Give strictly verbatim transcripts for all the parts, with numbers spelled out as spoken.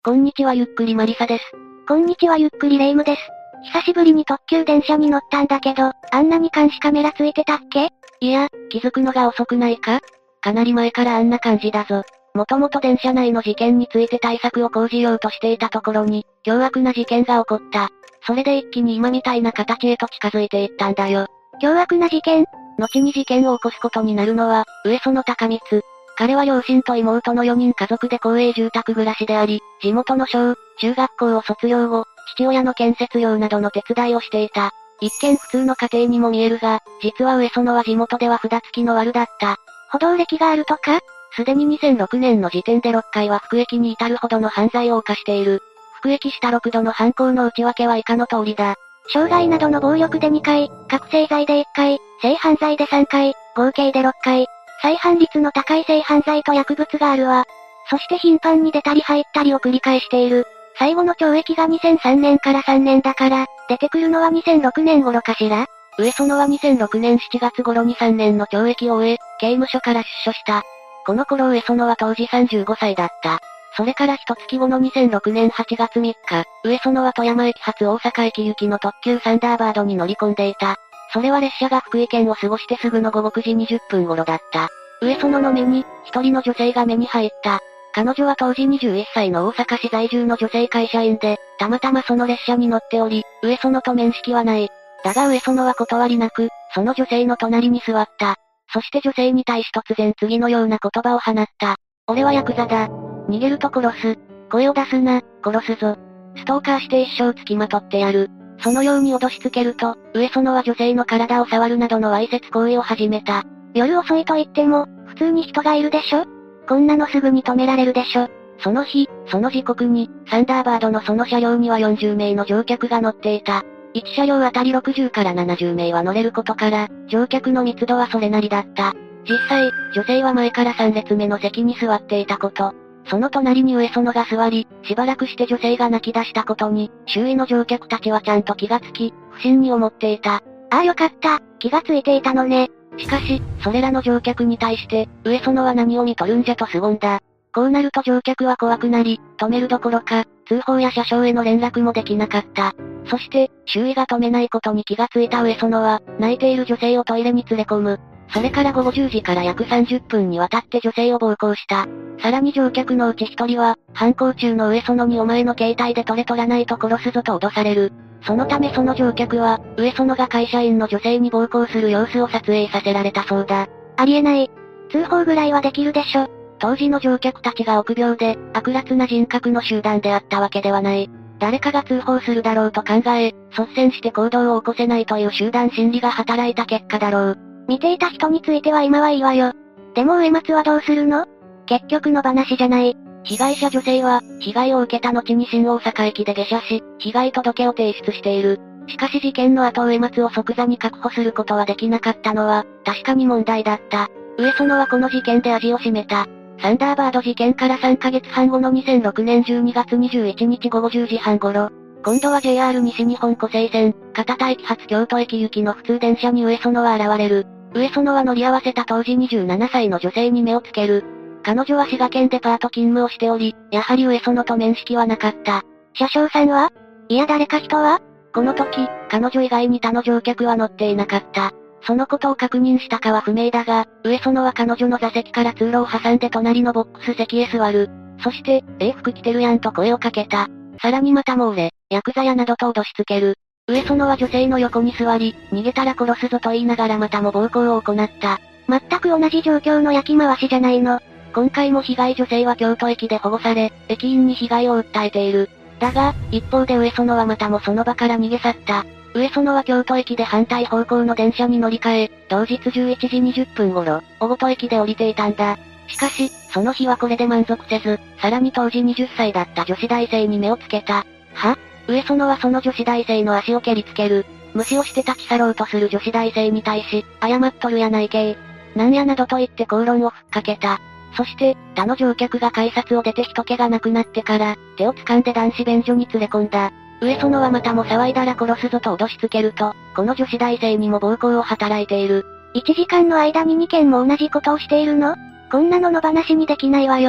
こんにちはゆっくりマリサです。 こんにちはゆっくりレイムです。久しぶりに特急電車に乗ったんだけど、あんなに監視カメラついてたっけ？ いや、気づくのが遅くないか？かなり前からあんな感じだぞ。もともと電車内の事件について対策を講じようとしていたところに、凶悪な事件が起こった。それで一気に今みたいな形へと近づいていったんだよ。 凶悪な事件？ 後に事件を起こすことになるのは、上園高光。彼は両親と妹のよにん家族で公営住宅暮らしであり、地元の小、中学校を卒業後、父親の建設業などの手伝いをしていた。一見普通の家庭にも見えるが、実は上園は地元では札付きの悪だった。 補導歴があるとか？ すでににせんろくねんの時点でろっかいは服役に至るほどの犯罪を犯している。服役したろくどの犯行の内訳は以下の通りだ。 傷害などの暴力でにかい、覚醒剤でいっかい、性犯罪でさんかい、合計でろっかい。再犯率の高い性犯罪と薬物があるわ。そして頻繁に出たり入ったりを繰り返している。最後の懲役がにせんさんねんからさんねんだから、出てくるのはにせんろくねん頃かしら？ 上園はにせんろくねんしちがつ頃にさんねんの懲役を終え、刑務所から出所した。この頃上園は当時さんじゅうごさいだった。それから一月後のにせんろくねんはちがつみっか、上園は富山駅発大阪駅行きの特急サンダーバードに乗り込んでいた。それは列車が福井県を過ごしてすぐのごごくじにじゅっぷん頃だった。上園の目に、一人の女性が目に入った。彼女は当時にじゅういっさいの大阪市在住の女性会社員で、たまたまその列車に乗っており、上園と面識はない。だが上園は断りなく、その女性の隣に座った。そして女性に対し突然次のような言葉を放った。俺はヤクザだ。逃げると殺す。声を出すな、殺すぞ。ストーカーして一生付きまとってやる。そのように脅しつけると、上園は女性の体を触るなどのわいせつ行為を始めた。 夜遅いと言っても、普通に人がいるでしょ？こんなのすぐに止められるでしょ？ その日、その時刻に、サンダーバードのその車両にはよんじゅうめいの乗客が乗っていた。いち車両あたりろくじゅうからななじゅうめいは乗れることから、乗客の密度はそれなりだった。実際、女性は前からさんれつめの席に座っていたこと。その隣に上園が座り、しばらくして女性が泣き出したことに、周囲の乗客たちはちゃんと気がつき、不審に思っていた。 ああよかった、気がついていたのね。 しかし、それらの乗客に対して、上園は何を見とるんじゃと凄んだ。こうなると乗客は怖くなり、止めるどころか、通報や車掌への連絡もできなかった。そして、周囲が止めないことに気がついた上園は、泣いている女性をトイレに連れ込む。それから午後じゅうじから約さんじゅっぷんにわたって女性を暴行した。さらに乗客のうち一人は、犯行中の上園にお前の携帯で取れ取らないと殺すぞと脅される。そのためその乗客は、上園が会社員の女性に暴行する様子を撮影させられたそうだ。 ありえない。通報ぐらいはできるでしょ。 当時の乗客たちが臆病で、悪辣な人格の集団であったわけではない。誰かが通報するだろうと考え、率先して行動を起こせないという集団心理が働いた結果だろう。 見ていた人については今はいいわよ。でも上松はどうするの？結局の話じゃない。 被害者女性は、被害を受けた後に新大阪駅で下車し、被害届を提出している。しかし事件の後上松を即座に確保することはできなかったのは、確かに問題だった。上園はこの事件で味を占めた。サンダーバード事件からさんかげつはん後のにせんろくねんじゅうにがつにじゅういちにちごごじゅうじはん頃、今度は ジェイアール 西日本湖西線、片田駅発京都駅行きの普通電車に上園は現れる。上園は乗り合わせた当時にじゅうななさいの女性に目をつける。彼女は滋賀県デパート勤務をしており、やはり上園と面識はなかった。 車掌さんは？いや誰か人は？ この時、彼女以外に他の乗客は乗っていなかった。そのことを確認したかは不明だが、上園は彼女の座席から通路を挟んで隣のボックス席へ座る。そして、え服着てるやんと声をかけた。さらにまたも俺、ヤクザやなどと脅しつける。上園は女性の横に座り、逃げたら殺すぞと言いながらまたも暴行を行った。 全く同じ状況の焼き回しじゃないの。 今回も被害女性は京都駅で保護され、駅員に被害を訴えている。だが、一方で上園はまたもその場から逃げ去った。上園は京都駅で反対方向の電車に乗り換え、同日じゅういちじにじゅっぷん頃、小琴駅で降りていたんだ。しかし、その日はこれで満足せず、さらに当時はたちだった女子大生に目をつけた。は？上園はその女子大生の足を蹴りつける。無視をして立ち去ろうとする女子大生に対し、謝っとるやないけい。なんやなどと言って口論をふっかけた。そして、他の乗客が改札を出て人気がなくなってから、手を掴んで男子便所に連れ込んだ。上園はまたも騒いだら殺すぞと脅しつけると、この女子大生にも暴行を働いている。 いちじかんの間ににけんも同じことをしているの？こんなの野放しにできないわよ。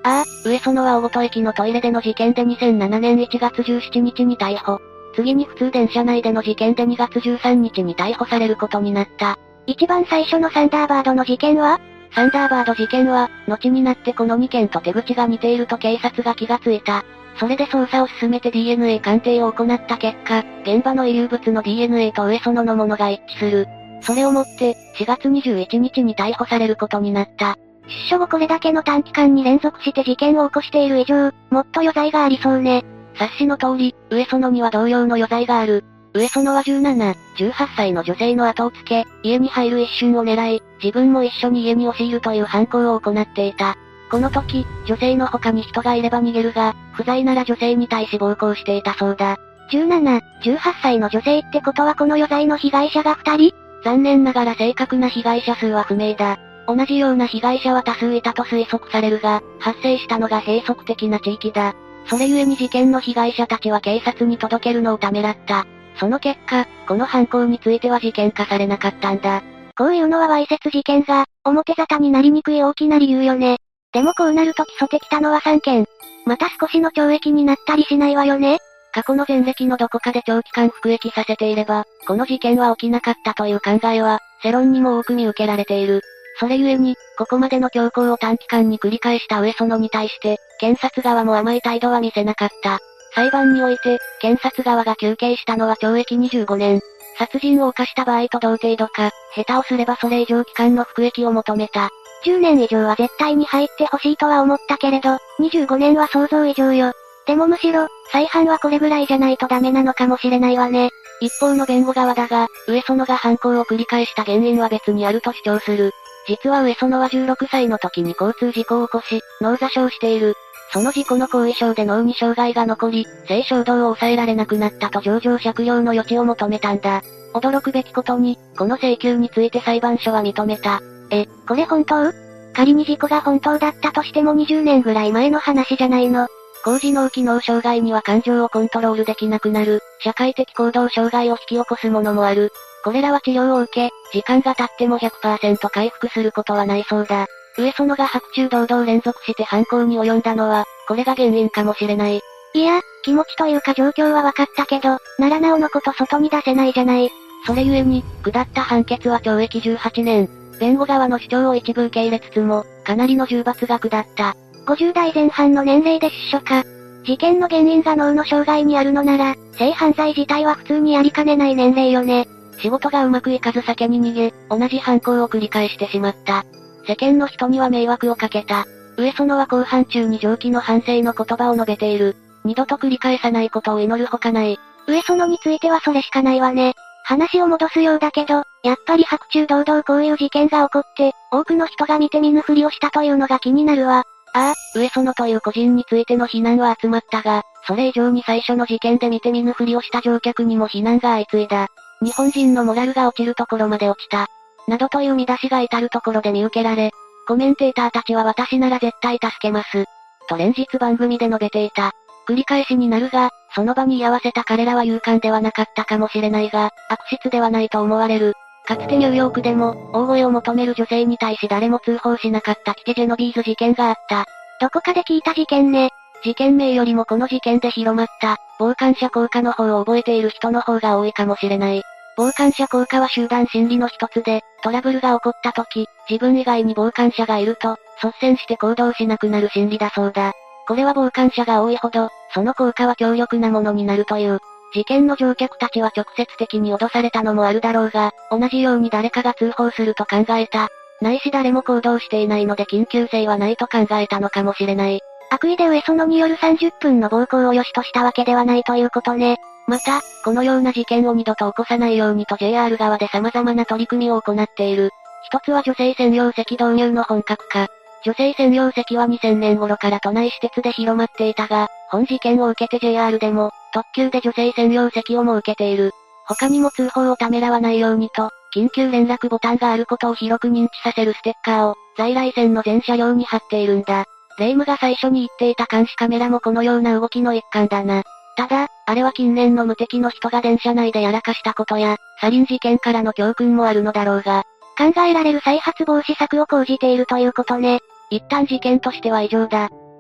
ああ、上園は大本駅のトイレでの事件でにせんななねんいちがつじゅうしちにちに逮捕。次に普通電車内での事件でにがつじゅうさんにちに逮捕されることになった。 一番最初のサンダーバードの事件は？ サンダーバード事件は、後になってこのにけんと手口が似ていると警察が気がついた。それで捜査を進めて ディーエヌエー 鑑定を行った結果、現場の遺留物の ディーエヌエー と上園のものが一致する。それをもって、しがつにじゅういちにちに逮捕されることになった。 出所後これだけの短期間に連続して事件を起こしている以上、もっと余罪がありそうね。 察しの通り、上園には同様の余罪がある。上園はじゅうなな、じゅうはっさいの女性の後をつけ、家に入る一瞬を狙い、自分も一緒に家に押し入るという犯行を行っていた。この時、女性の他に人がいれば逃げるが、不在なら女性に対し暴行していたそうだ。 じゅうなな、じゅうはっさいの女性ってことはこの余罪の被害者がふたり？ 残念ながら正確な被害者数は不明だ。同じような被害者は多数いたと推測されるが、発生したのが閉塞的な地域だ。それゆえに事件の被害者たちは警察に届けるのをためらった。その結果、この犯行については事件化されなかったんだ。 こういうのはわいせつ事件が、表沙汰になりにくい大きな理由よね。でもこうなると起訴できたのはさんけん。また少しの懲役になったりしないわよね。 過去の前歴のどこかで長期間服役させていれば、この事件は起きなかったという考えは、世論にも多く見受けられている。それゆえに、ここまでの強行を短期間に繰り返した上園に対して、検察側も甘い態度は見せなかった。裁判において、検察側が求刑したのは懲役にじゅうごねん。殺人を犯した場合と同程度か、下手をすればそれ以上期間の服役を求めた。 じゅうねん以上は絶対に入ってほしいとは思ったけれど、にじゅうごねんは想像以上よ。でもむしろ、再犯はこれぐらいじゃないとダメなのかもしれないわね。 一方の弁護側だが、上園が犯行を繰り返した原因は別にあると主張する。実は上園はじゅうろくさいの時に交通事故を起こし、脳挫傷している。その事故の後遺症で脳に障害が残り、性衝動を抑えられなくなったと情状酌量の余地を求めたんだ。驚くべきことに、この請求について裁判所は認めた。 え、これ本当？仮に事故が本当だったとしてもにじゅうねんぐらい前の話じゃないの。 高次脳機能障害には感情をコントロールできなくなる、社会的行動障害を引き起こすものもある。これらは治療を受け、時間が経っても ひゃくパーセント 回復することはないそうだ。上園が白昼堂々連続して犯行に及んだのは、これが原因かもしれない。 いや、気持ちというか状況は分かったけど、ならなおのこと外に出せないじゃない。 それゆえに、下った判決は懲役じゅうはちねん。弁護側の主張を一部受け入れつつも、かなりの重罰が下った。 ごじゅうだいぜん半の年齢で出所か。事件の原因が脳の障害にあるのなら、性犯罪自体は普通にありかねない年齢よね。 仕事がうまくいかず酒に逃げ、同じ犯行を繰り返してしまった。世間の人には迷惑をかけた。上園は公判中に上記の反省の言葉を述べている。二度と繰り返さないことを祈るほかない。 上園についてはそれしかないわね。話を戻すようだけど、やっぱり白昼堂々こういう事件が起こって、多くの人が見て見ぬふりをしたというのが気になるわ。 ああ、上園という個人についての非難は集まったが、それ以上に最初の事件で見て見ぬふりをした乗客にも非難が相次いだ。日本人のモラルが落ちるところまで落ちた。などという見出しが至るところで見受けられ、コメンテーターたちは私なら絶対助けます。と連日番組で述べていた。繰り返しになるが、その場に居合わせた彼らは勇敢ではなかったかもしれないが、悪質ではないと思われる。かつてニューヨークでも、大声を求める女性に対し誰も通報しなかったキテ・ジェノビーズ事件があった。 どこかで聞いた事件ね。 事件名よりもこの事件で広まった、傍観者効果の方を覚えている人の方が多いかもしれない。傍観者効果は集団心理の一つで、トラブルが起こった時、自分以外に傍観者がいると、率先して行動しなくなる心理だそうだ。これは傍観者が多いほど、その効果は強力なものになるという。事件の乗客たちは直接的に脅されたのもあるだろうが、同じように誰かが通報すると考えた。ないし誰も行動していないので緊急性はないと考えたのかもしれない。 悪意で上園によるさんじゅっぷんの暴行を良しとしたわけではないということね。 また、このような事件を二度と起こさないようにと ジェイアール 側で様々な取り組みを行っている。一つは女性専用席導入の本格化。女性専用席はにせんねん頃から都内施設で広まっていたが、本事件を受けて ジェイアール でも、特急で女性専用席を設けている。他にも通報をためらわないようにと、緊急連絡ボタンがあることを広く認知させるステッカーを、在来線の全車両に貼っているんだ。霊夢が最初に言っていた監視カメラもこのような動きの一環だな。ただ、あれは近年の無敵の人が電車内でやらかしたことや、サリン事件からの教訓もあるのだろうが、 考えられる再発防止策を講じているということね。 一旦事件としては異常だ。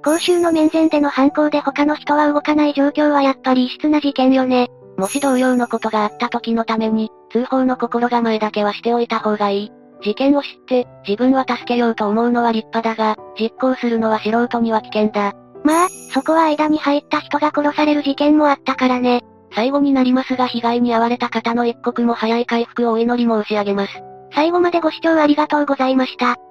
公衆の面前での犯行で他の人は動かない状況はやっぱり異質な事件よね。 もし同様のことがあった時のために、通報の心構えだけはしておいた方がいい。事件を知って、自分は助けようと思うのは立派だが、実行するのは素人には危険だ。 まあ、そこは間に入った人が殺される事件もあったからね。 最後になりますが被害に遭われた方の一刻も早い回復をお祈り申し上げます。 最後までご視聴ありがとうございました。